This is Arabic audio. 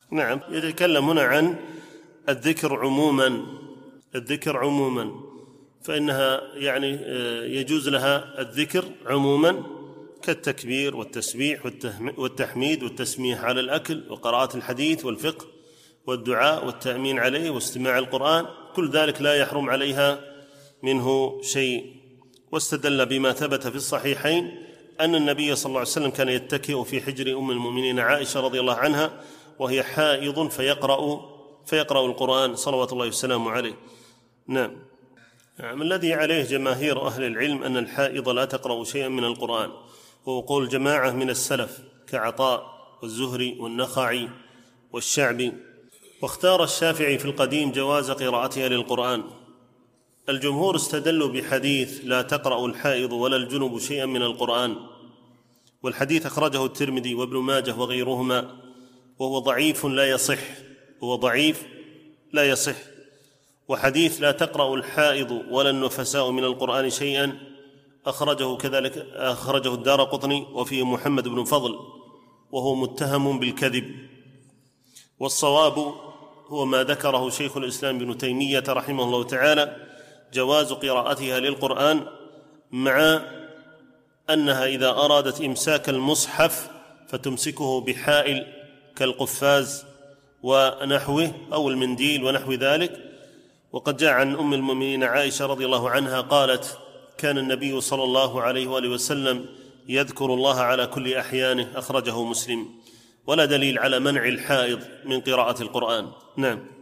نعم، يتكلم هنا عن الذكر عموما، فإنها يعني يجوز لها الذكر عموما كالتكبير والتسبيح والتحميد والتسميح على الأكل وقراءة الحديث والفقه والدعاء والتأمين عليه واستماع القرآن، كل ذلك لا يحرم عليها منه شيء. واستدل بما ثبت في الصحيحين أن النبي صلى الله عليه وسلم كان يتكئ في حجر أم المؤمنين عائشة رضي الله عنها وهي حائض فيقرأ القرآن صلوات الله وسلامه عليه. نعم. الذي عليه جماهير أهل العلم أن الحائض لا تقرأ شيئا من القرآن، وهو قول جماعة من السلف كعطاء والزهري والنخعي والشعبي. واختار الشافعي في القديم جواز قراءتها للقرآن. الجمهور استدلوا بحديث لا تقرأ الحائض ولا الجنب شيئا من القرآن، والحديث أخرجه الترمذي وابن ماجه وغيرهما، وهو ضعيف لا يصح. وحديث لا تقرأ الحائض ولا النفساء من القرآن شيئا أخرجه الدارقطني وفيه محمد بن فضل، وهو متهم بالكذب. والصواب هو ما ذكره شيخ الإسلام ابن تيمية رحمه الله تعالى، جواز قراءتها للقرآن، مع أنها إذا أرادت إمساك المصحف فتمسكه بحائل كالقفاز ونحوه أو المنديل ونحو ذلك. وقد جاء عن أم المؤمنين عائشة رضي الله عنها قالت: كان النبي صلى الله عليه وآله وسلم يذكر الله على كل أحيانه، أخرجه مسلم. ولا دليل على منع الحائض من قراءة القرآن. نعم.